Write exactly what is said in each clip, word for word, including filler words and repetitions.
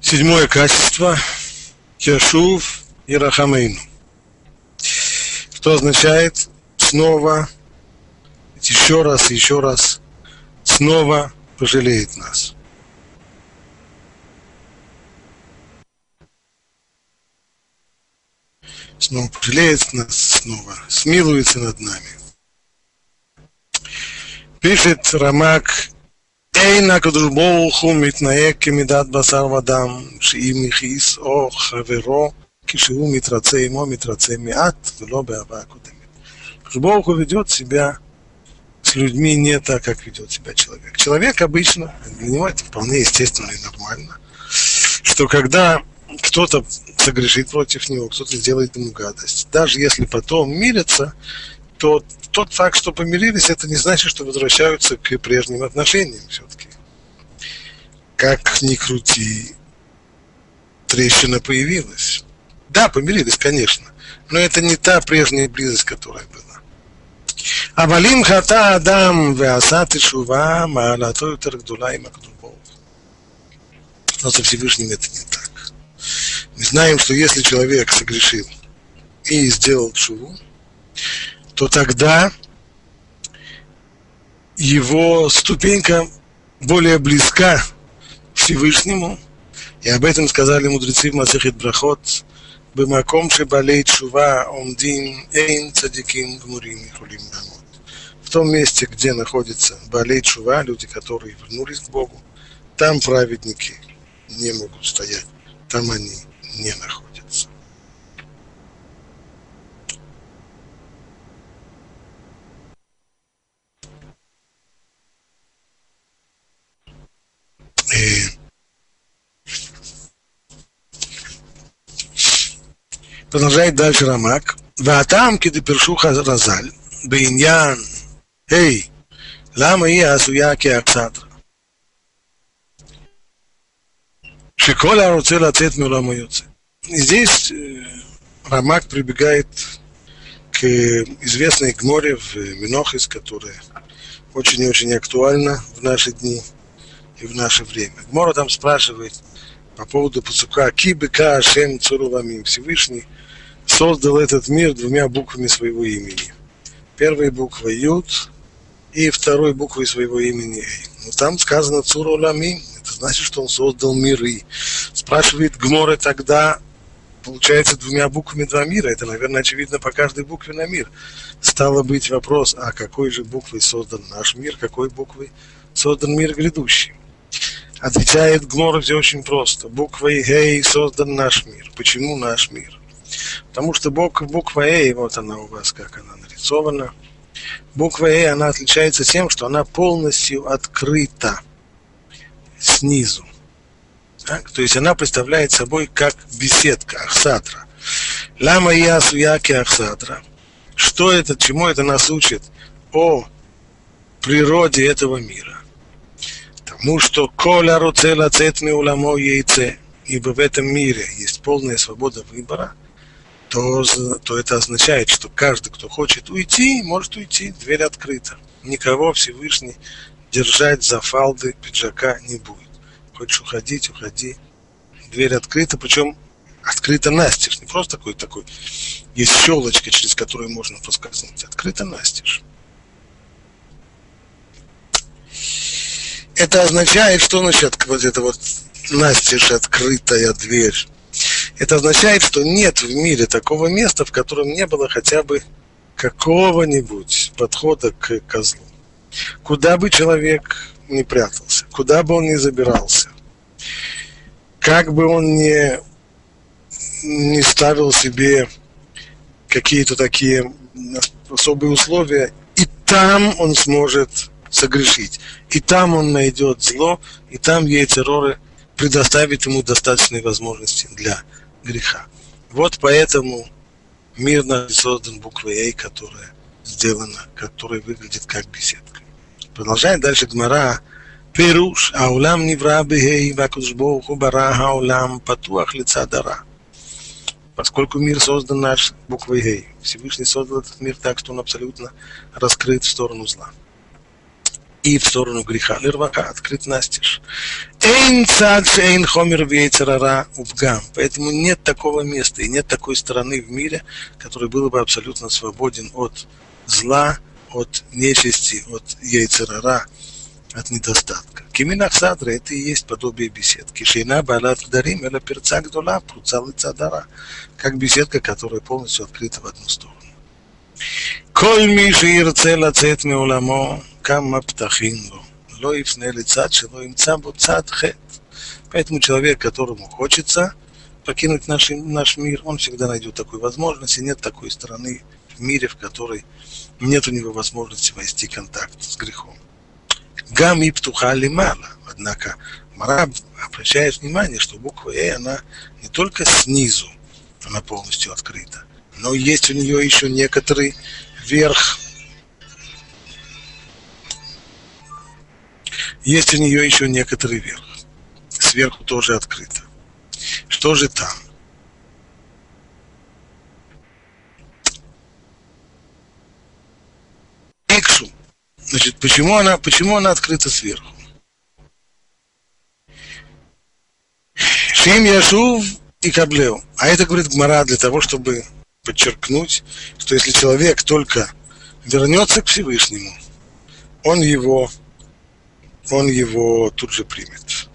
Седьмое качество – Яшув и Рахамейну, что означает снова, еще раз, еще раз, снова пожалеет нас. Снова пожалеет нас, снова смилуется над нами. Пишет Рамак: אין הקדוש ברוך הוא מתנהג כמידת בשר ודם, שאם יכעיס או חברו כשהוא מתרצה עמו מתרצה מעט ולא באהבה הקודמת. הקדוש ברוך הוא ведет себя с людьми не так, как ведет себя человек. Человек обычно, для него это вполне естественно и нормально, что когда кто-то согрешит против него, кто-то сделает ему гадость, даже если потом мирятся, то тот факт, что помирились, это не значит, что возвращаются к прежним отношениям все-таки. Как ни крути, трещина появилась. Да, помирились, конечно, но это не та прежняя близость, которая была. Авалим хата адам веаса тешува маалато ютер гдула им акадош барух ху. Но со Всевышним это не так. Мы знаем, что если человек согрешил и сделал тшуву, то тогда его ступенька более близка к Всевышнему, и об этом сказали мудрецы в Масехет Брахот: «Бемаком шебалей тшува омдим эйн цадиким гмурим יכולים לעמוד». В том месте, где находится балей тшува, люди, которые вернулись к Богу, там праведники не могут стоять, там они не находятся. Продолжает дальше Рамак: «Ваатам кидепершу разаль бейньян эй лама и асуя кеаксатра шиколя руцела цет мюлама юце». Здесь Рамак прибегает к известной гморе в Менохис, которая очень и очень актуальна в наши дни и в наше время. Гмора там спрашивает по поводу пасука «Ки бека Ашем цуру ламим». Всевышний создал этот мир двумя буквами своего имени. Первой буквой Юд и второй буквой своего имени Эй. Но там сказано цуру ламим. Это значит, что он создал миры. Спрашивает гмора тогда, получается, двумя буквами два мира. Это, наверное, очевидно по каждой букве на мир. Стало быть вопрос: а какой же буквой создан наш мир, какой буквой создан мир грядущий? Отвечает гмора: все очень просто. Буквой Эй создан наш мир. Почему наш мир? Потому что буква Эй, вот она у вас, как она нарисована. Буква Эй, она отличается тем, что она полностью открыта снизу. Так? То есть она представляет собой как беседка, ахсатра. Лама ясу яки ахсатра. Что это, чему это нас учит? О природе этого мира. Тому, что коля руцела цет миуламо яйце, ибо в этом мире есть полная свобода выбора, то, то это означает, что каждый, кто хочет уйти, может уйти, дверь открыта. Никого Всевышний держать за фалды пиджака не будет. Хочешь уходить, уходи. Дверь открыта, причем открыта настежь. Не просто такой такой. Есть щелочка, через которую можно проскользнуть. Открыта настежь. Это означает, что значит вот это вот настежь открытая дверь? Это означает, что нет в мире такого места, в котором не было хотя бы какого-нибудь подхода к козлу. Куда бы человек ни прятался, куда бы он ни забирался, как бы он ни, ни ставил себе какие-то такие особые условия, и там он сможет согрешить, и там он найдет зло, и там йецер ора предоставит ему достаточные возможности для греха. Вот поэтому мир наш создан буквой Эй, которая сделана, которая выглядит как беседка. Продолжает дальше Гмара: Пируш аулам нивра бехей вакадош барух ху бара аулам патуах лецад ара. Поскольку мир создан наш буквой Эй, Всевышний создал этот мир так, что он абсолютно раскрыт в сторону зла. и в сторону греха. Лирваха, открыт настежь. Эйн цад шейн хомер вейцерара убгам. Поэтому нет такого места и нет такой стороны в мире, который был бы абсолютно свободен от зла, от нечисти, от яйцерара, от недостатка. Киминах садра — это и есть подобие беседки. Шейна балат дарим эла перца гдола пруцал цадара, как беседка, которая полностью открыта в одну сторону. Коль ми שירצה לצאת מעולמו כמה פתחים לו, לא יפנה לצד שלא ימצא בו צד חטא. Поэтому человек, которому хочется покинуть наш, наш мир, он всегда найдет такую возможность, и нет такой стороны в мире, в которой нет у него возможности войти в контакт с грехом. Гам и птуха лимала. Однако Мара обращает внимание, что буква Э, она не только снизу, она полностью открыта, но есть у нее еще некоторый верх. Есть у нее еще некоторый верх. Сверху тоже открыто. Что же там? Экшу. Значит, почему она, почему она открыта сверху? Шем яшув и каблеу. А это говорит Гмара для того, чтобы подчеркнуть, что если человек только вернется к Всевышнему, он его, он его тут же примет.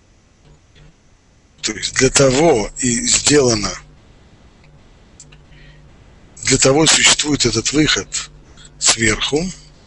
То есть для того и сделано, для того существует этот выход сверху,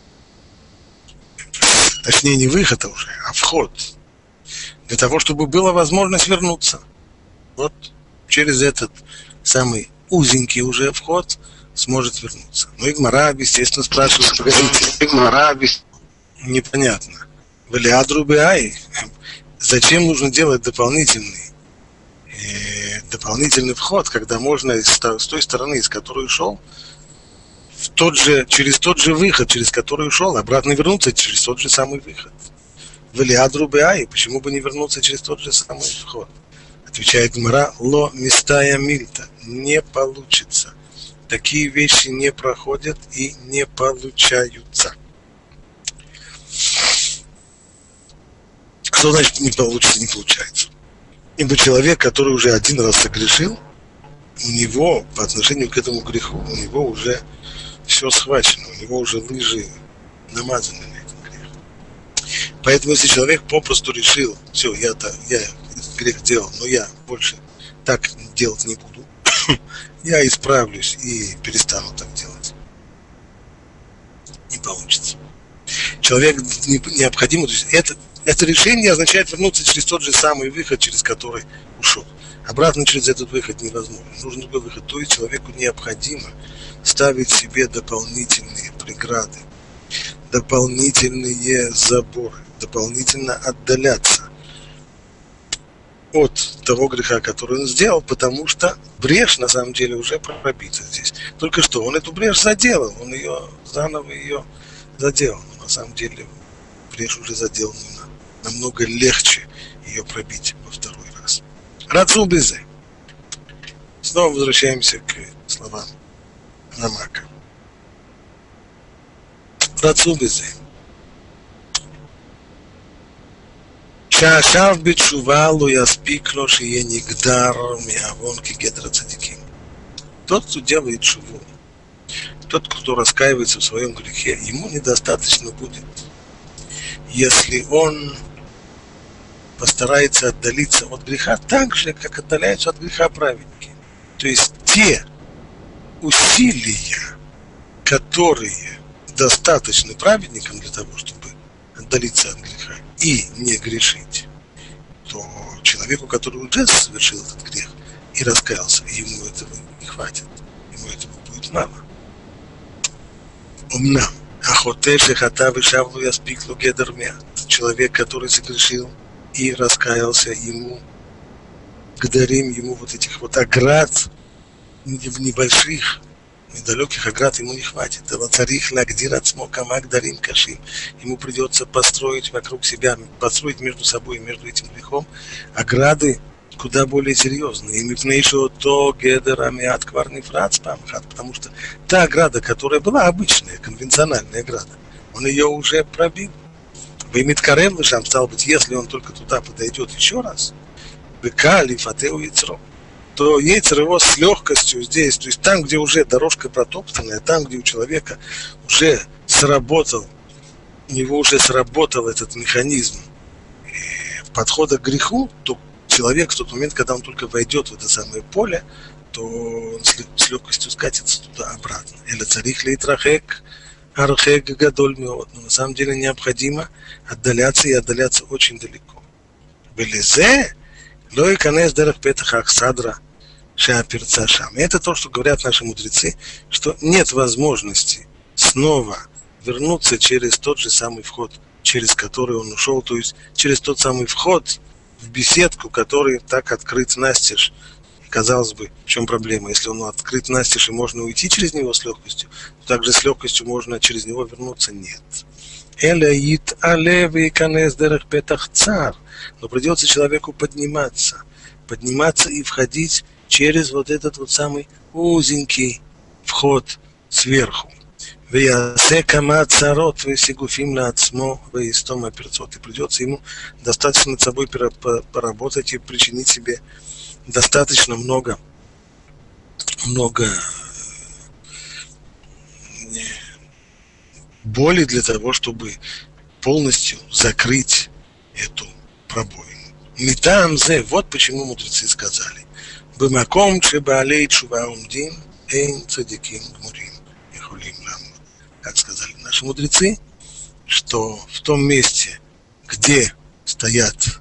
точнее не выход уже, а вход, для того, чтобы была возможность вернуться. Вот через этот самый узенький уже вход сможет вернуться. Ну и Гмара, естественно, спрашивает, погодите, Гмара, непонятно. Валиадру беай, зачем нужно делать дополнительный, э, дополнительный вход, когда можно с той стороны, из которой шел, в тот же, через тот же выход, через который ушел, обратно вернуться через тот же самый выход. Валиадру беай, почему бы не вернуться через тот же самый вход? Отвечает Гмара, ло мистая мильта, не получится. Такие вещи не проходят и не получаются. Что значит не получится, не получается? Ибо человек, который уже один раз согрешил, у него по отношению к этому греху, у него уже все схвачено, у него уже лыжи намазаны на этот грех. Поэтому если человек попросту решил, все, я-то, я этот грех делал, но я больше так делать не буду, я исправлюсь и перестану так делать, не получится. Человек необходимо, то есть это, это решение означает вернуться через тот же самый выход, через который ушел. Обратно через этот выход невозможно. Нужен другой выход. То есть человеку необходимо ставить себе дополнительные преграды, дополнительные заборы, дополнительно отдаляться от того греха, который он сделал, потому что брешь на самом деле уже пробита здесь. Только что он эту брешь заделал, он ее заново ее заделал. Но на самом деле брешь уже заделана, намного легче ее пробить во второй раз. Рацу безе. Снова возвращаемся к словам Рамака. Рацу безе. שעכשיו בתשובה לא יספיק לו שיהיה נגדר מעוון כגדר הצדיקים. Тот, кто делает шуву, тот, кто раскаивается в своем грехе, ему недостаточно будет, если он постарается отдалиться от греха так же, как отдаляются от греха праведники. То есть те усилия, которые достаточны праведникам для того, чтобы отдалиться от греха и не грешить, то человеку, который уже совершил этот грех и раскаялся, ему этого не хватит, ему этого будет мало. Умна. Ахоте шехата вышавлу яспиклу гедер мят. Человек, который согрешил и раскаялся, ему гдарим, ему вот этих вот оград небольших, недалеких оград ему не хватит. Ему придется построить вокруг себя, построить между собой и между этим грехом ограды куда более серьезные. Потому что та ограда, которая была обычная, конвенциональная ограда, он ее уже пробил, Веймиткарев лишам, стало быть, если он только туда подойдет еще раз, бекали фатеу яйцро, то яйцер его с легкостью здесь, то есть там, где уже дорожка протоптанная, там, где у человека уже сработал, у него уже сработал этот механизм подхода к греху, то человек в тот момент, когда он только войдет в это самое поле, то он с легкостью скатится туда обратно. Или царих лейтрахек, архек гадоль меот. Но на самом деле необходимо отдаляться и отдаляться очень далеко. Белизе лой канес дерех петах ахсадра шаперца шам. Это то, что говорят наши мудрецы, что нет возможности снова вернуться через тот же самый вход, через который он ушел, то есть через тот самый вход в беседку, который так открыт настежь. Казалось бы, в чем проблема? Если он открыт настежь и можно уйти через него с легкостью, то также с легкостью можно через него вернуться. Нет. Элеит алеви канес дерех петах цар. Но придется человеку подниматься, подниматься и входить через вот этот вот самый узенький вход сверху. И придется ему достаточно над собой поработать и причинить себе достаточно много, много боли для того, чтобы полностью закрыть эту пробоину. Митамзе, вот почему мудрецы сказали: бымаком чебаалей чува умдим эйн цадиким гмурим эхулим нам. Как сказали наши мудрецы, что в том месте, где стоят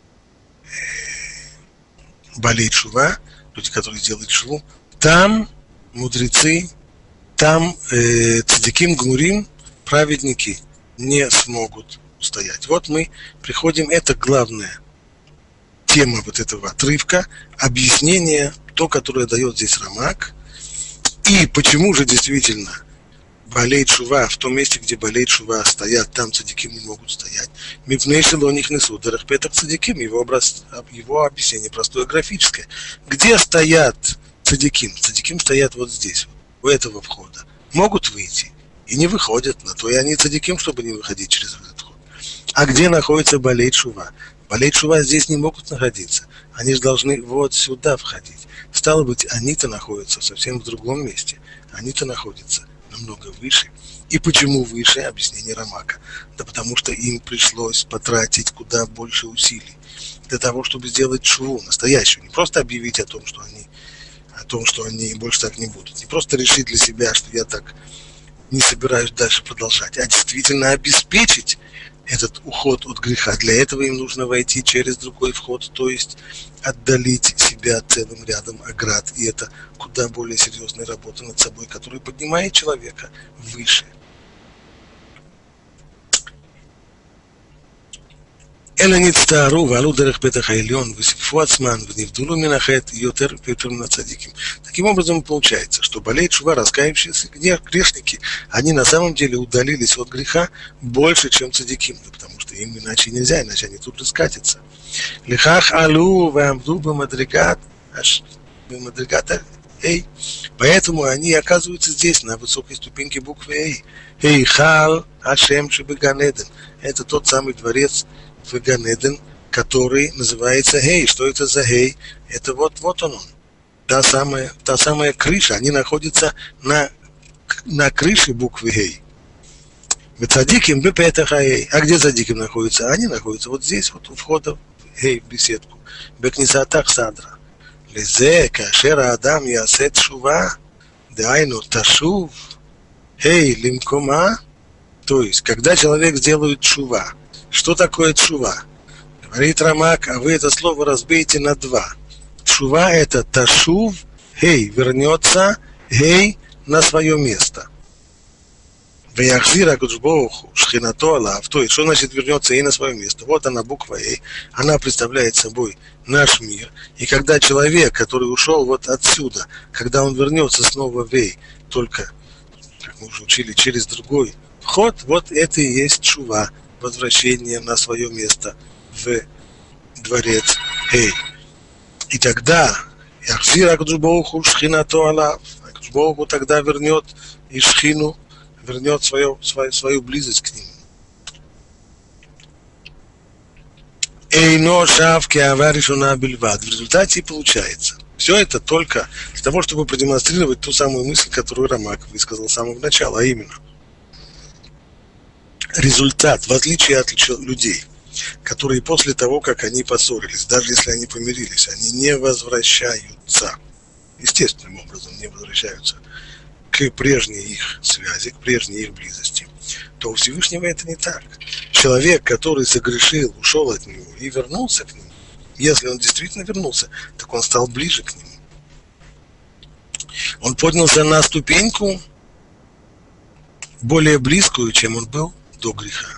балей чува, люди, которые делают шву, там мудрецы, там э, цадиким гмурим, праведники, не смогут устоять. Вот мы приходим, это главная тема вот этого отрывка, объяснение, то, которое дает здесь Рамак, и почему же действительно балей чува, в том месте, где балей чува стоят, там цадиким не могут стоять. Мипнейшил у них несут, дерах петах цадиким, его, образ, его объяснение простое графическое. Где стоят цадиким? Цадиким стоят вот здесь, у этого входа. Могут выйти и не выходят, на то и они цадиким, чтобы не выходить через этот вход. А где находится балей чува? Балей чува здесь не могут находиться. Они же должны вот сюда входить. Стало быть, они-то находятся совсем в другом месте. Они-то находятся намного выше. И почему выше? Объяснение Рамака. Да потому что им пришлось потратить куда больше усилий для того, чтобы сделать шву настоящую. Не просто объявить о том, что они, о том, что они больше так не будут. Не просто решить для себя, что я так не собираюсь дальше продолжать, а действительно обеспечить этот уход от греха. Для этого им нужно войти через другой вход, то есть отдалить себя целым рядом оград. И это куда более серьезная работа над собой, которая поднимает человека выше. אלא נצטערו ועלו דרך פתח העליון וסיפפו עצמן ונבדלו מן החטא יותר ויותר מן הצדיקים. Таким образом получается, что балей чува, раскаявшиеся грешники, они на самом деле удалились от греха больше, чем цадиким, потому что им иначе нельзя, иначе они тут же скатятся. Лихах алу вамду бамадригат аж бамадригат эй. Поэтому они оказываются здесь, на высокой ступеньке буквы эй. Эй хал ашем шебеганеден. Это тот самый дворец в Ганеден, который называется Гей. Что это за Гей? Это вот, вот он, он. Та самая, та самая крыша. Они находятся на, на крыше буквы Гей. Цадиким бепетах Гей. А где цадиким находятся? Они находятся вот здесь, вот у входа в Гей, в беседку. Бекнисатах садра. Лезе кашера адам ясет шува. Дайну ташув. Гей лимкома. То есть, когда человек сделает шува. Что такое тшува? Говорит Рамак, а вы это слово разбейте на два. Тшува это ташув, гей, вернется, гей, на свое место. Вяхзира куджбоуху, шхинато алав. То есть, что значит вернется ей на свое место? Вот она, буква Эй, она представляет собой наш мир. И когда человек, который ушел вот отсюда, когда он вернется снова в Эй, только, как мы уже учили, через другой вход, вот это и есть тшува. Возвращение на свое место в дворец Эй. И тогда Яхзир Акдушбоуху Шхинато Алав. Акдушбоуху тогда вернет и Шхину, вернет свою, свою, свою близость к ним. Эйно шавки аваришуна бельвад. В результате и получается. Все это только для того, чтобы продемонстрировать ту самую мысль, которую Рамак высказал с самого начала, а именно результат, в отличие от людей, которые после того, как они поссорились, даже если они помирились, они не возвращаются, естественным образом не возвращаются к прежней их связи, к прежней их близости, то у Всевышнего это не так. Человек, который согрешил, ушел от него и вернулся к нему, если он действительно вернулся, так он стал ближе к нему. Он поднялся на ступеньку более близкую, чем он был до греха.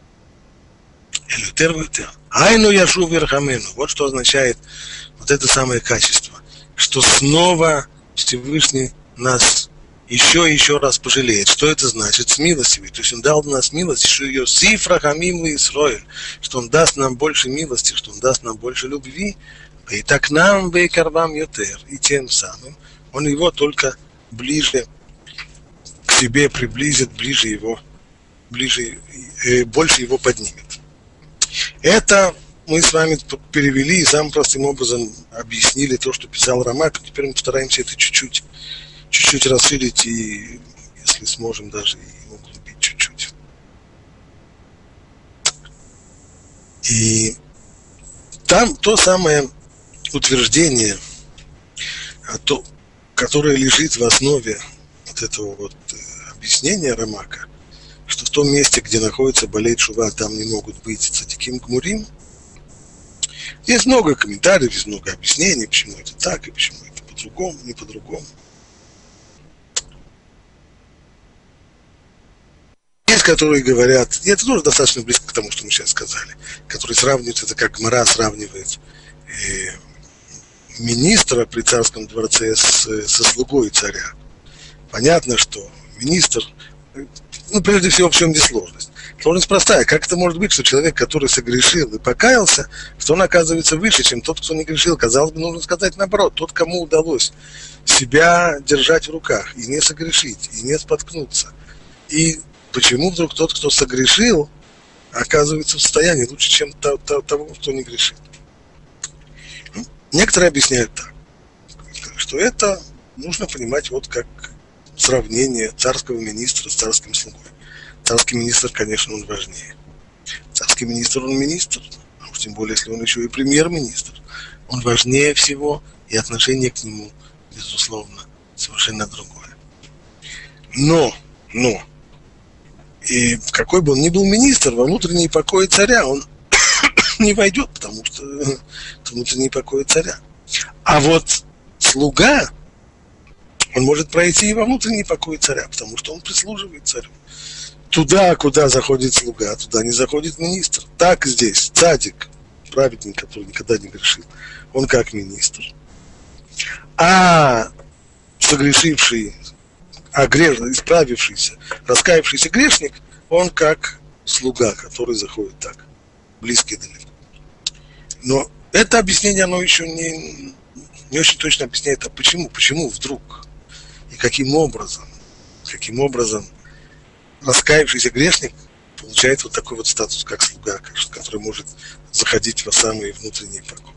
Айну яшу верхамену. Вот что означает вот это самое качество, что снова Всевышний нас еще и еще раз пожалеет. Что это значит? С милостивой. То есть он дал нас милость, что ее сифра хамим и Исроэль, что он даст нам больше милости, что он даст нам больше любви, и так нам вейкарвам йотер, и тем самым он его только ближе к себе приблизит, ближе его, ближе, э, больше его поднимет. Это мы с вами перевели и самым простым образом объяснили то, что писал Рамак. Теперь мы постараемся это чуть-чуть чуть-чуть расширить и, если сможем, даже и углубить чуть-чуть. И там то самое утверждение, то, которое лежит в основе вот этого вот объяснения Рамака, что в том месте, где находится Балей Тшува, там не могут быть цадиким гмурим. Есть много комментариев, есть много объяснений, почему это так и почему это по-другому, не по-другому. Есть, которые говорят, и это тоже достаточно близко к тому, что мы сейчас сказали, которые сравнивают это, как Гмара сравнивает э, министра при царском дворце с, со слугой царя. Понятно, что министр, ну, прежде всего, в чем здесь сложность? Сложность простая. Как это может быть, что человек, который согрешил и покаялся, что он оказывается выше, чем тот, кто не грешил? Казалось бы, нужно сказать наоборот. Тот, кому удалось себя держать в руках и не согрешить, и не споткнуться. И почему вдруг тот, кто согрешил, оказывается в состоянии лучше, чем того, кто не грешит? Некоторые объясняют так, что это нужно понимать вот как сравнение царского министра с царским слугой. Царский министр, конечно, он важнее. Царский министр, он министр, а уж тем более, если он еще и премьер-министр. Он важнее всего, и отношение к нему, безусловно, совершенно другое. Но, но, и какой бы он ни был министр, во внутренний покой царя он не войдет, потому что это внутренний покой царя. А вот слуга, он может пройти и во внутренний покой царя, потому что он прислуживает царю. Туда, куда заходит слуга, туда не заходит министр. Так здесь цадик, праведник, который никогда не грешил, он как министр. А согрешивший, а грех, исправившийся, раскаявшийся грешник, он как слуга, который заходит так, близко и далеко. Но это объяснение, оно еще не, не очень точно объясняет, а почему, почему вдруг, и каким образом, каким образом раскаявшийся грешник получает вот такой вот статус, как слуга, который может заходить во самый внутренний покой.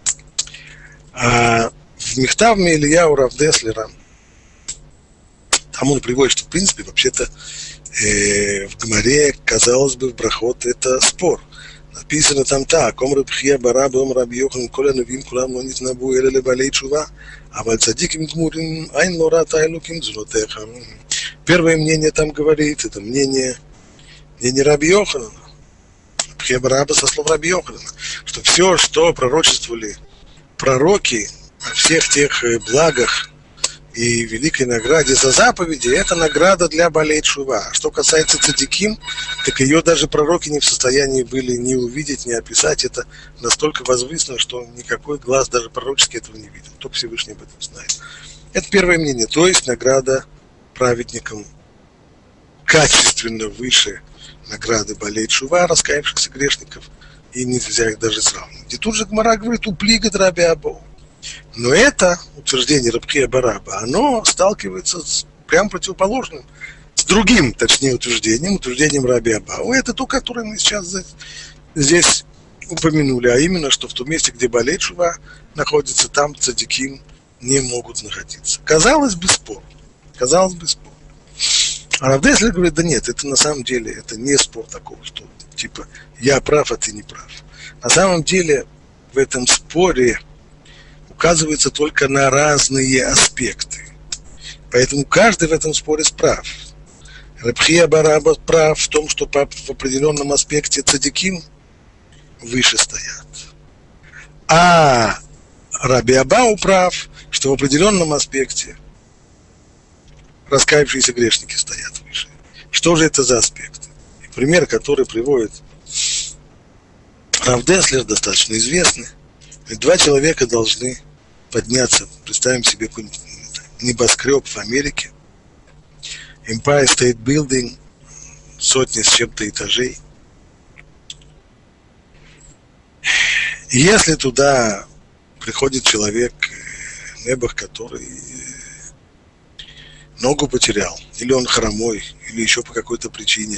А в Михтав Ильяу Рав Деслера там он приводит, что в принципе вообще-то э, в Гмаре, казалось бы, в Брахот это спор. Написано там так: Ом Раб Хия бар Раби, Ом Раби Йоханан, коля навим кулам ло нитнабу эле лебалей тшува, аваль цадиким гмурим айн ло рата элоким злотеха. Первое мнение там говорит, это мнение, мнение Раби Йоханана, Хия бар Раби со слов Раби Йоханана, что все, что пророчествовали пророки о всех тех благах и великой награде за заповеди, это награда для Балей Тшува. А что касается цадиким, так ее даже пророки не в состоянии были ни увидеть, ни описать. Это настолько возвышенно, что никакой глаз даже пророческий этого не видел. Только Всевышний об этом знает. Это первое мнение. То есть награда праведникам качественно выше награды Балей Тшува, раскаявшихся грешников, и нельзя их даже сравнивать. И тут же Гмара говорит: уплигат Раби Або. Но это утверждение Рабби Хия бар Раби, оно сталкивается с прям противоположным, с другим, точнее, утверждением, утверждением Раби Абау. Это то, которое мы сейчас здесь упомянули, а именно, что в том месте, где Баалей Тшува находится, там цадиким не могут находиться. Казалось бы, спор. Казалось бы, спор. А Рав Деслер говорит, да нет, это на самом деле, это не спор такого, что типа я прав, а ты не прав. На самом деле в этом споре указывается только на разные аспекты. Поэтому каждый в этом споре прав. Рав Хия бар Абба прав в том, что в определенном аспекте цадиким выше стоят. А Раби Абау прав, что в определенном аспекте раскаявшиеся грешники стоят выше. Что же это за аспекты? И пример, который приводит Рав Деслер, достаточно известный. Два человека должны подняться. Представим себе какой-нибудь небоскреб в Америке. Empire State Building, сотни с чем-то этажей. И если туда приходит человек, небах, который ногу потерял, или он хромой, или еще по какой-то причине,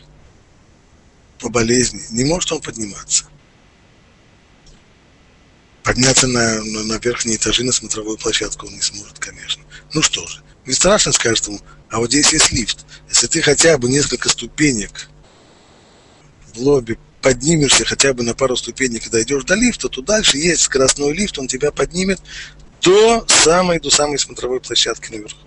по болезни, не может он подниматься. Подняться на, на, на верхние этажи, на смотровую площадку он не сможет, конечно. Ну что же, не страшно, скажет ему, а вот здесь есть лифт. Если ты хотя бы несколько ступенек в лобби поднимешься хотя бы на пару ступенек и дойдешь до лифта, то дальше есть скоростной лифт, он тебя поднимет до самой, до самой смотровой площадки наверху.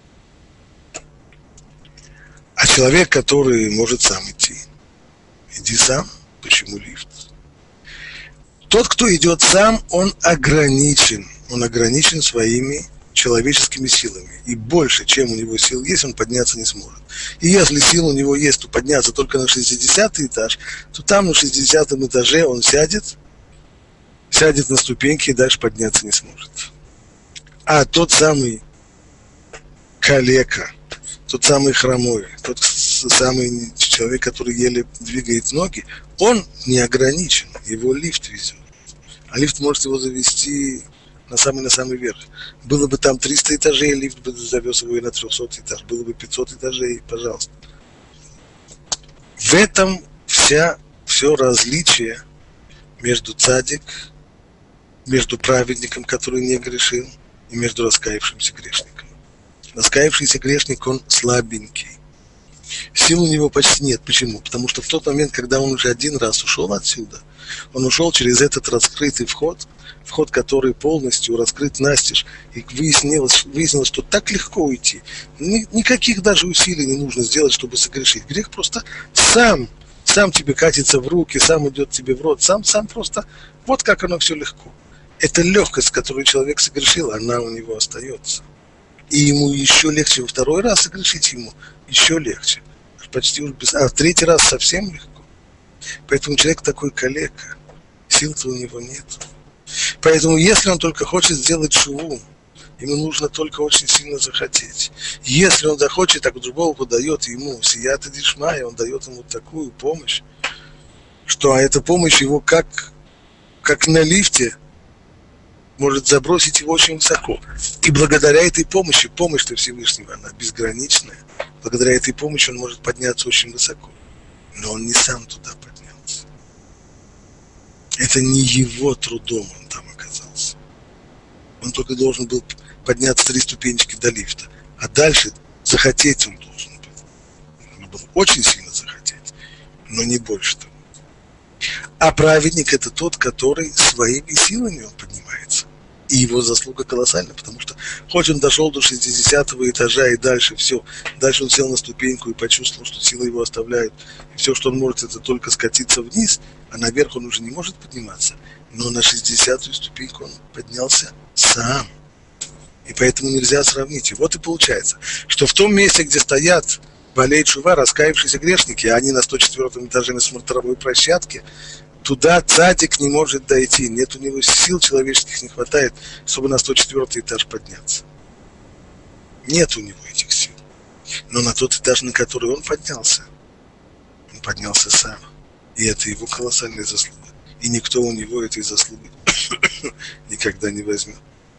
А человек, который может сам идти, иди сам. Почему лифт? Тот, кто идет сам, он ограничен. Он ограничен своими человеческими силами. И больше, чем у него сил есть, он подняться не сможет. И если сил у него есть, то подняться только на шестидесятый этаж, то там на шестидесятом этаже он сядет, сядет на ступеньки и дальше подняться не сможет. А тот самый калека, тот самый хромой, тот самый человек, который еле двигает ноги, он не ограничен, его лифт везет. А лифт может его завести на самый, на самый верх. Было бы там триста этажей, лифт бы завез его и на трехсотый этаж. Было бы пятьсот этажей, пожалуйста. В этом вся, все различие между цадик, между праведником, который не грешил, и между раскаявшимся грешником. Раскаявшийся грешник, он слабенький. Сил у него почти нет. Почему? Потому что в тот момент, когда он уже один раз ушел отсюда, он ушел через этот раскрытый вход, вход, который полностью раскрыт настежь, и выяснилось, выяснилось, что так легко уйти. Никаких даже усилий не нужно сделать, чтобы согрешить. Грех просто сам, сам тебе катится в руки, сам идет тебе в рот, сам, сам просто, вот как оно все легко. Эта легкость, с которой человек согрешил, она у него остается. И ему еще легче во второй раз согрешить, ему еще легче. Почти уже без... А в третий раз совсем легко. Поэтому человек такой калека, сил-то у него нет. Поэтому если он только хочет сделать шуву, ему нужно только очень сильно захотеть. Если он захочет, так другого подает ему сията дишмая, он дает ему такую помощь, что а эта помощь его как, как на лифте может забросить его очень высоко. И благодаря этой помощи, помощь-то Всевышнего, она безграничная, благодаря этой помощи он может подняться очень высоко. Но он не сам туда поднялся. Это не его трудом он там оказался. Он только должен был подняться три ступенечки до лифта. А дальше захотеть он должен был. Он был очень сильно захотеть, но не больше того. А праведник — это тот, который своими силами он поднимается. И его заслуга колоссальна, потому что хоть он дошел до шестидесятого этажа и дальше все, дальше он сел на ступеньку и почувствовал, что силы его оставляют, и все, что он может, это только скатиться вниз, а наверх он уже не может подниматься, но на шестидесятую ступеньку он поднялся сам. И поэтому нельзя сравнить. И вот и получается, что в том месте, где стоят Баалей Тшува, раскаявшиеся грешники, а они на сто четвёртом этаже на смотровой площадке, туда цадик не может дойти, нет у него сил человеческих, не хватает, чтобы на сто четвёртый этаж подняться. Нет у него этих сил. Но на тот этаж, на который он поднялся, он поднялся сам. И это его колоссальная заслуга. И никто у него этой заслуги никогда не возьмет.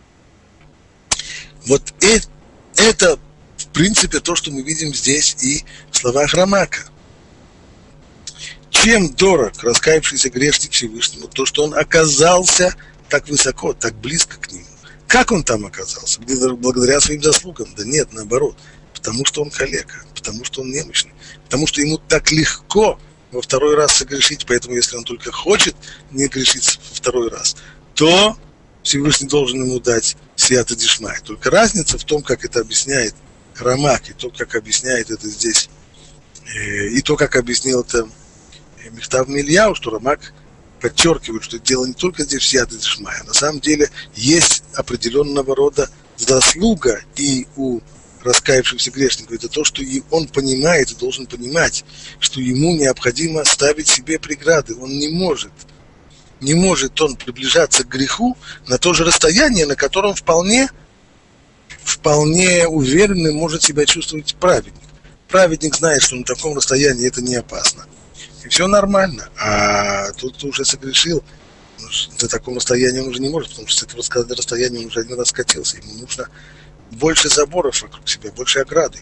Вот это, в принципе, то, что мы видим здесь и в словах Рамака. Чем дорог раскаявшийся грешник Всевышнему? То, что он оказался так высоко, так близко к нему. Как он там оказался? Благодаря своим заслугам? Да нет, наоборот. Потому что он калека, потому что он немощный, потому что ему так легко во второй раз согрешить, поэтому если он только хочет не грешить во второй раз, то Всевышний должен ему дать сията дишмай. Только разница в том, как это объясняет Рамак, и то, как объясняет это здесь, и то, как объяснил это Михтав Мильяу, что Рамак подчеркивает, что дело не только здесь в сията дишмай, а на самом деле есть определенного рода заслуга и у раскаявшегося грешника. Это то, что и он понимает и должен понимать, что ему необходимо ставить себе преграды. Он не может, не может он приближаться к греху на то же расстояние, на котором вполне, вполне уверенно может себя чувствовать праведник. Праведник знает, что на таком расстоянии это не опасно. И все нормально. А тот, кто уже согрешил, на таком расстоянии он уже не может, потому что с этого расстояния он уже один раз скатился. Ему нужно больше заборов вокруг себя, больше ограды.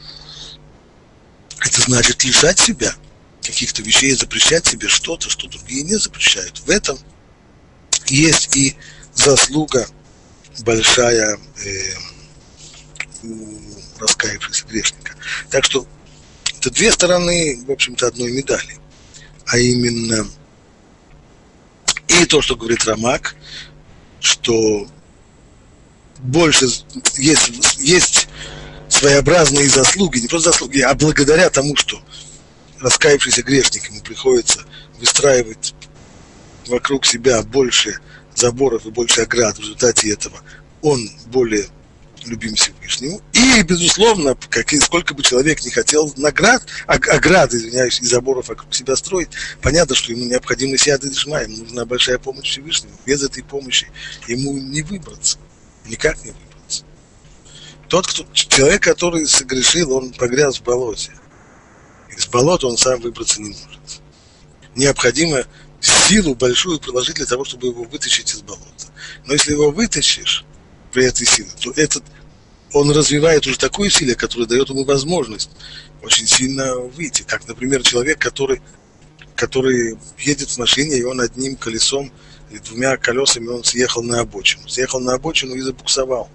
Это значит лишать себя каких-то вещей, запрещать себе что-то, что другие не запрещают. В этом есть и заслуга большая э, у раскаявшегося грешника. Так что это две стороны, в общем-то, одной медали. А именно и то, что говорит Рамак, что больше есть, есть своеобразные заслуги, не просто заслуги, а благодаря тому, что раскаявшийся грешник, ему приходится выстраивать вокруг себя больше заборов и больше оград. В результате этого он более любим Всевышнему. И, безусловно, как и сколько бы человек не хотел наград, ограды, извиняюсь, и заборов вокруг себя строить, понятно, что ему необходимо сията дишма, ему нужна большая помощь Всевышнему. Без этой помощи ему не выбраться, никак не выбраться. Тот, кто, человек, который согрешил, он погряз в болоте. Из болота он сам выбраться не может. Необходимо силу большую приложить для того, чтобы его вытащить из болота. Но если его вытащишь при этой силе, то этот, он развивает уже такое силе, которое дает ему возможность очень сильно выйти. Как, например, человек, который, который едет в машине, и он одним колесом и двумя колесами он съехал на обочину. Съехал на обочину и забуксовал.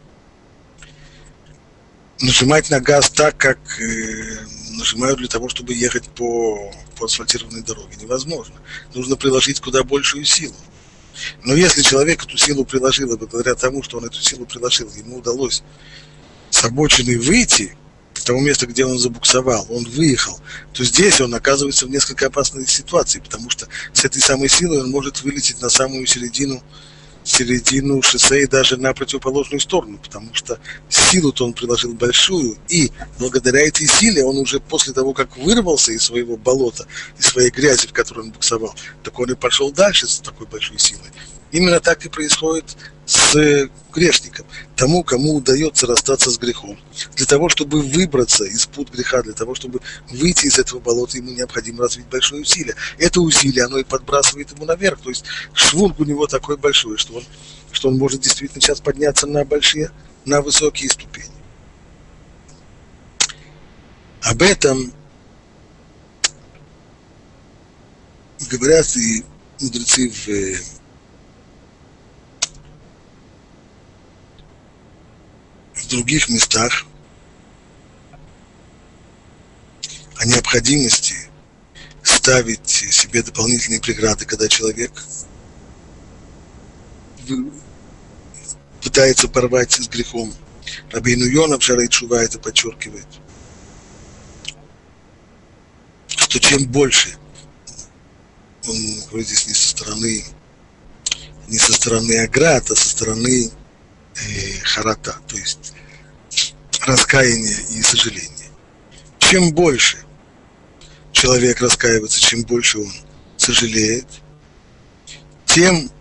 Нажимать на газ так, как э, нажимают для того, чтобы ехать по, по асфальтированной дороге, невозможно. Нужно приложить куда большую силу. Но если человек эту силу приложил, и благодаря тому, что он эту силу приложил, ему удалось с обочины выйти к тому месту, где он забуксовал, он выехал, то здесь он оказывается в несколько опасной ситуации, потому что с этой самой силой он может вылететь на самую середину, середину шоссе и даже на противоположную сторону, потому что силу-то он приложил большую, и благодаря этой силе он уже после того, как вырвался из своего болота, из своей грязи, в которой он буксовал, так он и пошел дальше с такой большой силой. Именно так и происходит с грешником. Тому, кому удается расстаться с грехом. Для того, чтобы выбраться из пут греха, для того, чтобы выйти из этого болота, ему необходимо развить большое усилие. Это усилие, оно и подбрасывает ему наверх. То есть швунг у него такой большой, что он, что он может действительно сейчас подняться на большие, на высокие ступени. Об этом говорят и мудрецы в в других местах о необходимости ставить себе дополнительные преграды, когда человек пытается порвать с грехом. Рабейну Йона в Шаарей Тшува это подчеркивает, что чем больше, он говорит здесь не со стороны не со стороны оград, а со стороны харата, то есть раскаяние и сожаление. Чем больше человек раскаивается, чем больше он сожалеет, тем,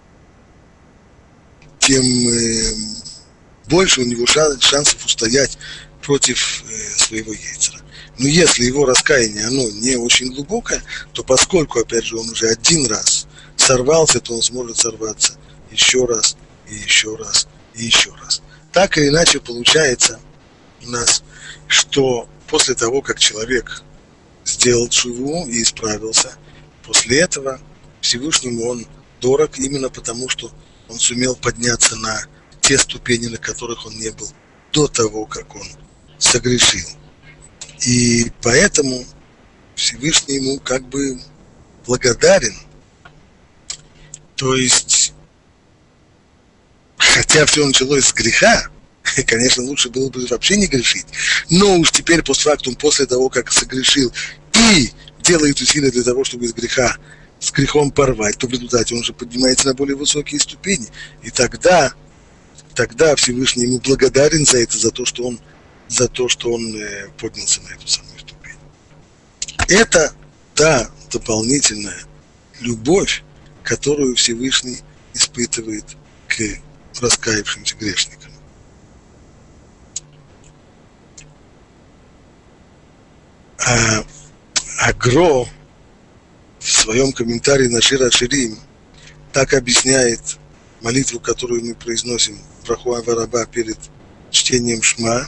тем э, больше у него шансов устоять против э, своего яйцера. Но если его раскаяние, оно не очень глубокое, то поскольку, опять же, он уже один раз сорвался, то он сможет сорваться еще раз и еще раз и еще раз. Так или иначе получается у нас, что после того, как человек сделал тшуву и исправился, После этого Всевышнему он дорог именно потому, что он сумел подняться на те ступени, на которых он не был до того, как он согрешил. И поэтому Всевышний ему как бы благодарен. То есть, хотя все началось с греха, конечно, лучше было бы вообще не грешить, но уж теперь постфактум, после того, как согрешил и делает усилия для того, чтобы из греха, с грехом порвать, то в результате он уже поднимается на более высокие ступени. И тогда, тогда Всевышний ему благодарен за это, за то, что он, за то, что он э, поднялся на эту самую ступень. Это та дополнительная любовь, которую Всевышний испытывает к раскаявшимся грешникам. А Агро в своем комментарии на Шир ха-Ширим так объясняет молитву, которую мы произносим браху ава-раба перед чтением Шма.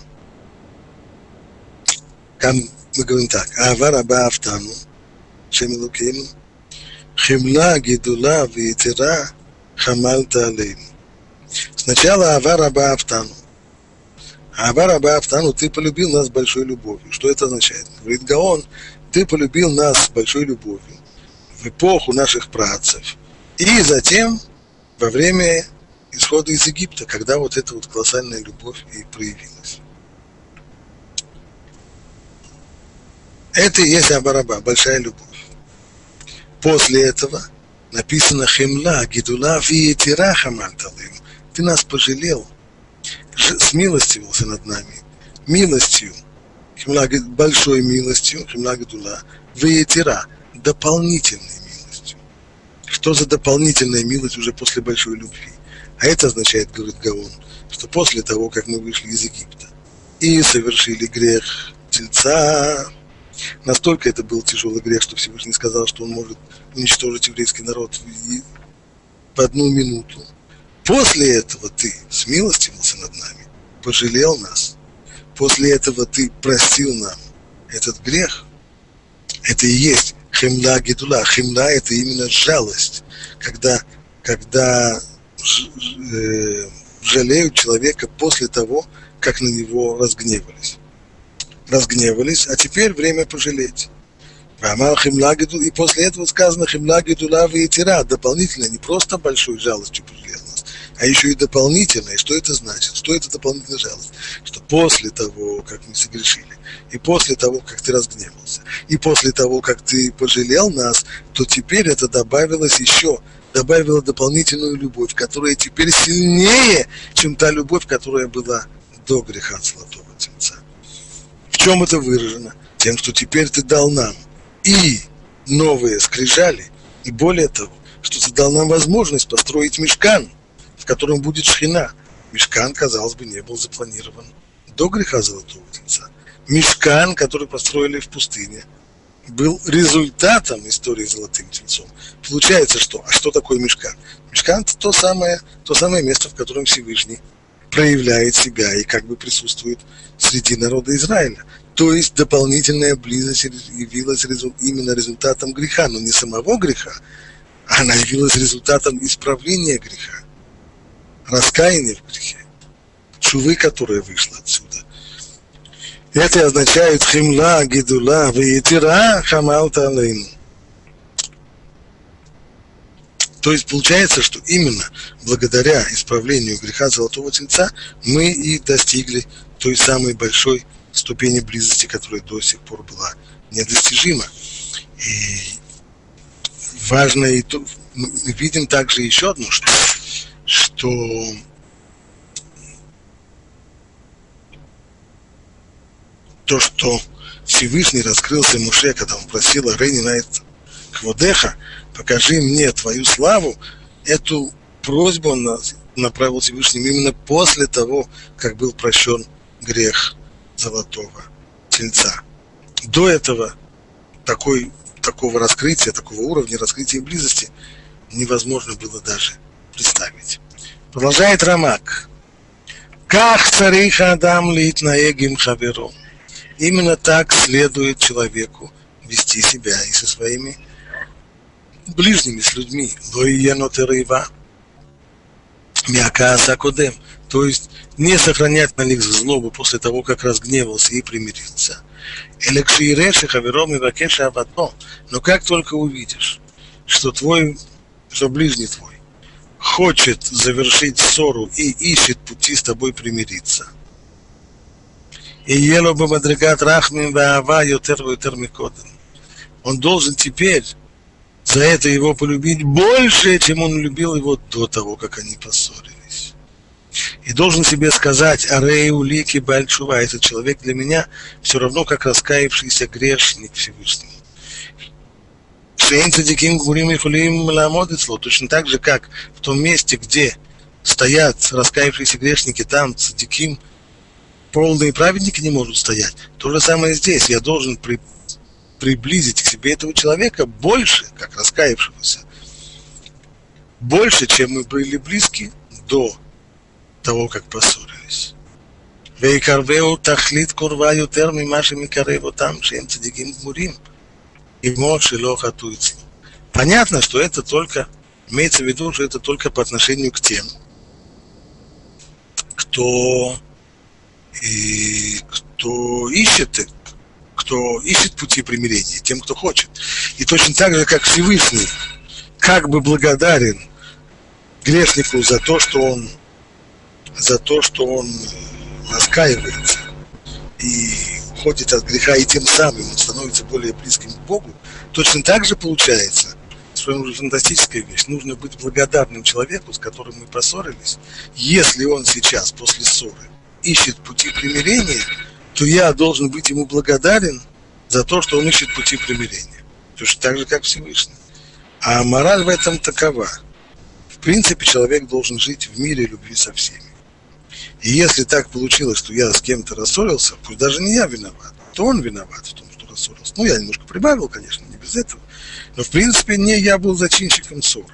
Там мы говорим так: ава-раба афтану, шем элокейну, химла гидула вейтира хамальта алейну. Сначала ава-раба афтану. Ава-раба афтану, ты полюбил нас большой любовью. Что это означает? Говорит Гаон, ты полюбил нас большой любовью в эпоху наших праотцев. И затем во время исхода из Египта, когда вот эта вот колоссальная любовь и проявилась. Это и есть ава-раба, большая любовь. После этого написано химла гидула вейтира хамальта алейну. Ты нас пожалел, смилостивился над нами, милостью, химла, большой милостью, химла гидула вейтира, дополнительной милостью. Что за дополнительная милость уже после большой любви? А это означает, говорит Гаон, что после того, как мы вышли из Египта и совершили грех тельца, настолько это был тяжелый грех, что Всевышний сказал, что он может уничтожить еврейский народ в одну минуту. После этого ты смилостивился над нами, пожалел нас. После этого ты простил нам этот грех. Это и есть химла гидула. Химла – это именно жалость, когда, когда э, жалеют человека после того, как на него разгневались. Разгневались, а теперь время пожалеть. И после этого сказано химла гидула вейтира, дополнительно, не просто большой жалостью пожалел нас, а еще и дополнительно. И что это значит? Что это дополнительная жалость? Что после того, как мы согрешили, и после того, как ты разгневался, и после того, как ты пожалел нас, то теперь это добавилось еще, добавило дополнительную любовь, которая теперь сильнее, чем та любовь, которая была до греха золотого тельца. В чем это выражено? Тем, что теперь ты дал нам и новые скрижали, и более того, что ты дал нам возможность построить мишкан, в котором будет шхина. Мишкан, казалось бы, не был запланирован до греха золотого тельца. Мишкан, который построили в пустыне, был результатом истории с золотым тельцом. Получается, что? А что такое мишкан? Мишкан – это то самое, то самое место, в котором Всевышний проявляет себя и как бы присутствует среди народа Израиля. То есть дополнительная близость явилась именно результатом греха, но не самого греха, а она явилась результатом исправления греха, раскаяния в грехе, тшувы, которая вышла отсюда. Это означает химла гидула вейтира хамалта алейну. То есть получается, что именно благодаря исправлению греха золотого тельца мы и достигли той самой большой ступени близости, которая до сих пор была недостижима. И важно, и то, мы видим также еще одно, что, что то, что Всевышний раскрылся Моше, когда он просил Арейни Найт Кводеха, покажи мне твою славу, эту просьбу он направил Всевышнему именно после того, как был прощен грех золотого тельца. До этого такой, такого раскрытия, такого уровня раскрытия и близости невозможно было даже представить. Продолжает Рамак. Как цариха адам литнаегим хаверо. Именно так следует человеку вести себя и со своими ближними, с людьми. Лоиенотерева мякаса кодем. То есть не сохранять на них злобу после того, как разгневался и примирился. Элекширеши хавером и вакеша авато. Но как только увидишь, что твой, что ближний твой хочет завершить ссору и ищет пути с тобой примириться, и ело бы мадригат рахмим ваава йотер йотер микодем, он должен теперь за это его полюбить больше, чем он любил его до того, как они поссорились. И должен себе сказать: арей улики бальчува, этот человек для меня все равно как раскаявшийся грешник Всевышний. Шейн цадиким гурим и хулим ламодицло, точно так же, как в том месте, где стоят раскаявшиеся грешники, там цадиким, полные праведники, не могут стоять. То же самое здесь. Я должен при, приблизить к себе этого человека больше, как раскаявшегося, больше, чем мы были близки до того, как поссорились. Вейкарвеу тахлит курва ютер мимаши микареву там, шейн цадиким гурим. Понятно, что это только, имеется в виду, что это только по отношению к тем, кто, и, кто ищет, кто ищет пути примирения, тем, кто хочет. И точно так же, как Всевышний как бы благодарен грешнику за то, что он, за то, что он раскаивается и уходит от греха, и тем самым он становится более близким к Богу, точно так же получается, что это фантастическая вещь. Нужно быть благодарным человеку, с которым мы поссорились. Если он сейчас, после ссоры, ищет пути примирения, то я должен быть ему благодарен за то, что он ищет пути примирения. Точно так же, как Всевышний. А мораль в этом такова. В принципе, человек должен жить в мире любви со всеми. И если так получилось, что я с кем-то рассорился, пусть даже не я виноват, то он виноват в том, что рассорился. Ну, я немножко прибавил, конечно, не без этого. Но, в принципе, не я был зачинщиком ссоры.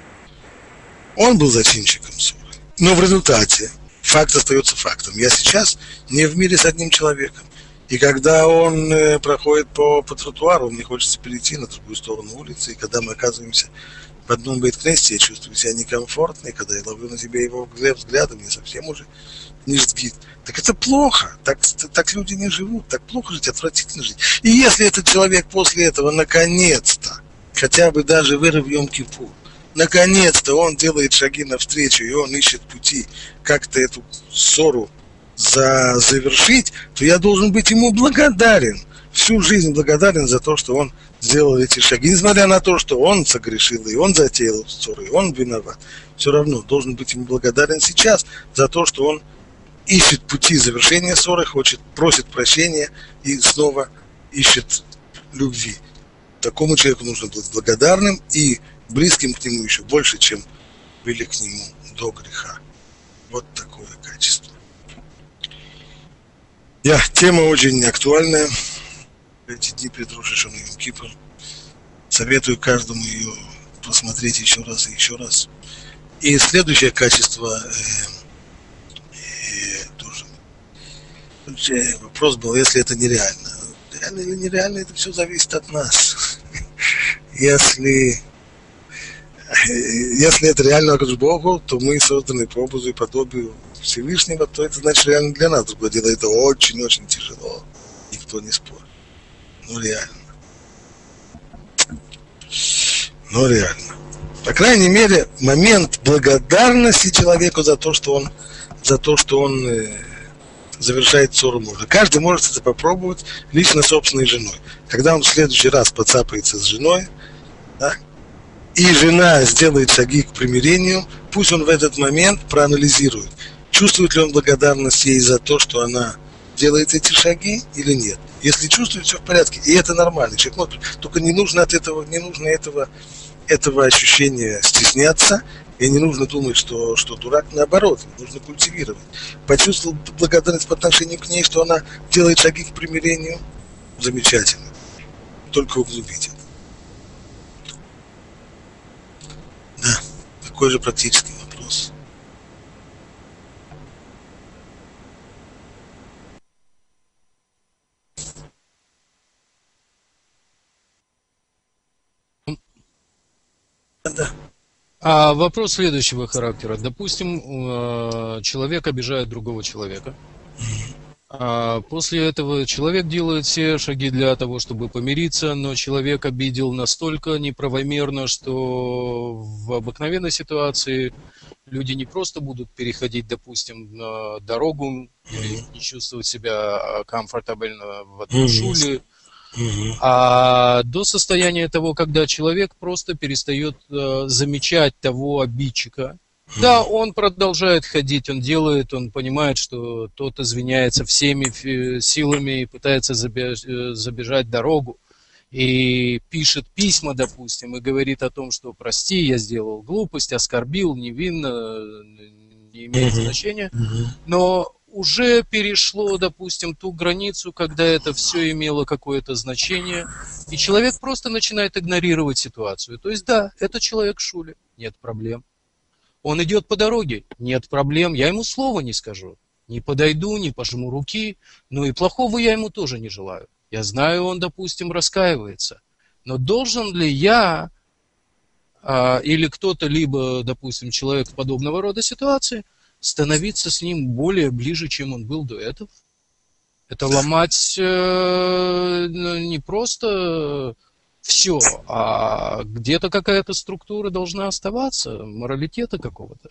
Он был зачинщиком ссоры. Но в результате факт остается фактом. Я сейчас не в мире с одним человеком. И когда он э, проходит по, по тротуару, мне хочется перейти на другую сторону улицы. И когда мы оказываемся в одном бейт-кнесете, я чувствую себя некомфортно. И когда я ловлю на себя его взглядом, мне совсем уже не ждет. Так это плохо. Так, так люди не живут. Так плохо жить, отвратительно жить. И если этот человек после этого наконец-то, хотя бы даже в Йом-Кипур, наконец-то он делает шаги навстречу, и он ищет пути как-то эту ссору за, завершить, то я должен быть ему благодарен, всю жизнь благодарен за то, что он сделал эти шаги. Несмотря на то, что он согрешил, и он затеял ссору, и он виноват, все равно должен быть ему благодарен сейчас за то, что он ищет пути завершения ссоры, хочет, просит прощения и снова ищет любви. Такому человеку нужно быть благодарным и близким к нему еще больше, чем были к нему до греха. Вот такое качество. Я, тема очень актуальная. Эти дни перед Рош ха-Шана и Йом-Кипур. Советую каждому ее посмотреть еще раз и еще раз. И следующее качество э, э, тоже. Вопрос был, если это нереально. Реально или нереально, это все зависит от нас. Если Если это реально к Богу, то мы созданы по образу и подобию Всевышнего, то это значит реально для нас. Другое дело, это очень-очень тяжело. Никто не спорит. Ну реально. Ну реально. По крайней мере, момент благодарности человеку за то, что он, за то, что он э, завершает ссору можно. Каждый может это попробовать лично собственной женой. Когда он в следующий раз подцапается с женой, да, и жена сделает шаги к примирению, пусть он в этот момент проанализирует, чувствует ли он благодарность ей за то, что она делает эти шаги или нет. Если чувствует, все в порядке, и это нормально. Человек может, только не нужно от этого, не нужно этого, этого ощущения стесняться, и не нужно думать, что, что дурак, наоборот, нужно культивировать. Почувствовал благодарность по отношению к ней, что она делает шаги к примирению, замечательно. Только углубить это. Да, такой же практический вопрос. А вопрос следующего характера. Допустим, э, человек обижает другого человека. А после этого человек делает все шаги для того, чтобы помириться, но человек обидел настолько неправомерно, что в обыкновенной ситуации люди не просто будут переходить, допустим, на дорогу или не чувствовать себя комфортабельно в одной шуле, Мгм. а до состояния того, когда человек просто перестает э, замечать того обидчика. Да, он продолжает ходить, он делает, он понимает, что тот извиняется всеми фи- силами и пытается забеж- э, забежать дорогу. И пишет письма, допустим, и говорит о том, что прости, я сделал глупость, оскорбил, невинно, э, не имеет Мгм. значения. Мгм. Но уже перешло, допустим, ту границу, когда это все имело какое-то значение, и человек просто начинает игнорировать ситуацию. То есть, да, это человек в шуле, нет проблем. Он идет по дороге, нет проблем, я ему слова не скажу. Не подойду, не пожму руки, но и плохого я ему тоже не желаю. Я знаю, он, допустим, раскаивается. Но должен ли я а, или кто-то, либо, допустим, человек в подобного рода ситуации, становиться с ним более ближе, чем он был до этого? Это ломать э, ну, не просто все, а где-то какая-то структура должна оставаться, моралитета какого-то.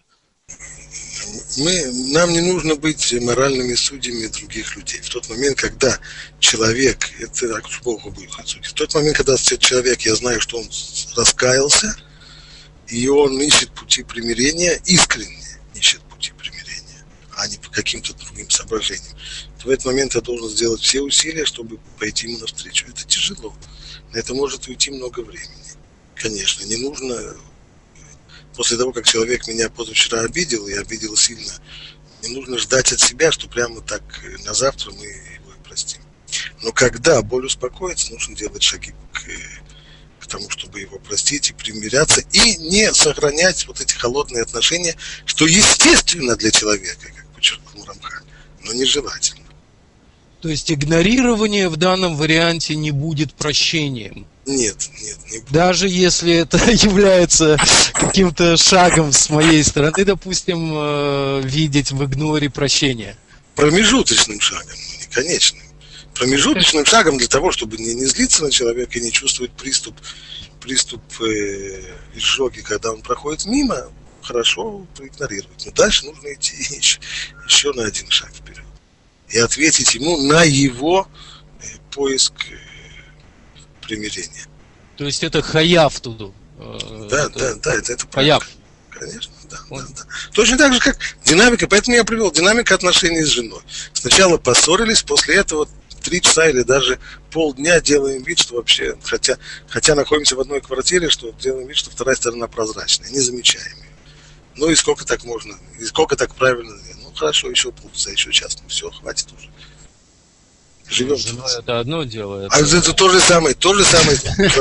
Мы, нам не нужно быть моральными судьями других людей. В тот момент, когда человек, это к Богу будет судить, в тот момент, когда человек, я знаю, что он раскаялся, и он ищет пути примирения, искренне ищет пути примирения, а не по каким-то другим соображениям, то в этот момент я должен сделать все усилия, чтобы пойти ему навстречу. Это тяжело. На это может уйти много времени. Конечно, не нужно после того, как человек меня позавчера обидел, и обидел сильно, не нужно ждать от себя, что прямо так на завтра мы его и простим. Но когда боль успокоится, нужно делать шаги к, к тому, чтобы его простить и примиряться, и не сохранять вот эти холодные отношения, что естественно для человека, как подчеркнул Рамхан, но нежелательно. То есть игнорирование в данном варианте не будет прощением. Нет, нет, не будет. Даже если это является каким-то шагом с моей стороны, допустим, э, видеть в игноре прощения. Промежуточным шагом, но не конечным. Промежуточным шагом для того, чтобы не, не злиться на человека и не чувствовать приступ, приступ э, изжоги, когда он проходит мимо, хорошо проигнорировать. Но дальше нужно идти еще, еще на один шаг вперед. И ответить ему на его э, поиск э, примирения. То есть это хаяв туду. Да, это да, да, это, это хаяв. Конечно, да, да, да. Точно так же, как динамика, поэтому я привел динамика отношений с женой. Сначала поссорились, после этого три часа или даже полдня делаем вид, что вообще, хотя, хотя находимся в одной квартире, что делаем вид, что вторая сторона прозрачная, не замечаем ее. Ну и сколько так можно, и сколько так правильно, ну хорошо, еще полчаса, еще час, ну все, хватит уже. Живем. С женой это одно дело. А это, это то же самое, то же самое.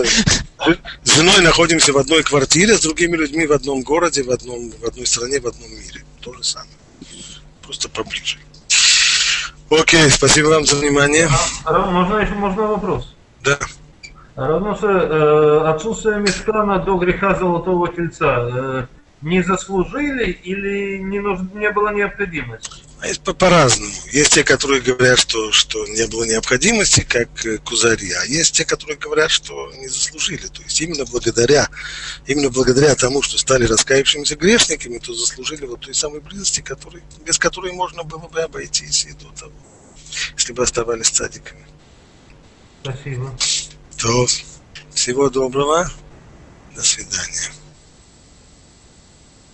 С женой находимся в одной квартире, с другими людьми в одном городе, в, одном, в одной стране, в одном мире. То же самое. Просто поближе. Окей, спасибо вам за внимание. А, можно еще можно вопрос? Да. Равно э, отсутствие мешкана до греха золотого тельца э, не заслужили или не, нужно, не было необходимости? А есть по- по-разному. Есть те, которые говорят, что, что не было необходимости, как кузари, а есть те, которые говорят, что не заслужили. То есть именно благодаря, именно благодаря тому, что стали раскаявшимися грешниками, то заслужили вот той самой близости, который, без которой можно было бы обойтись и до того, если бы оставались цадиками. Спасибо. То всего доброго. До свидания.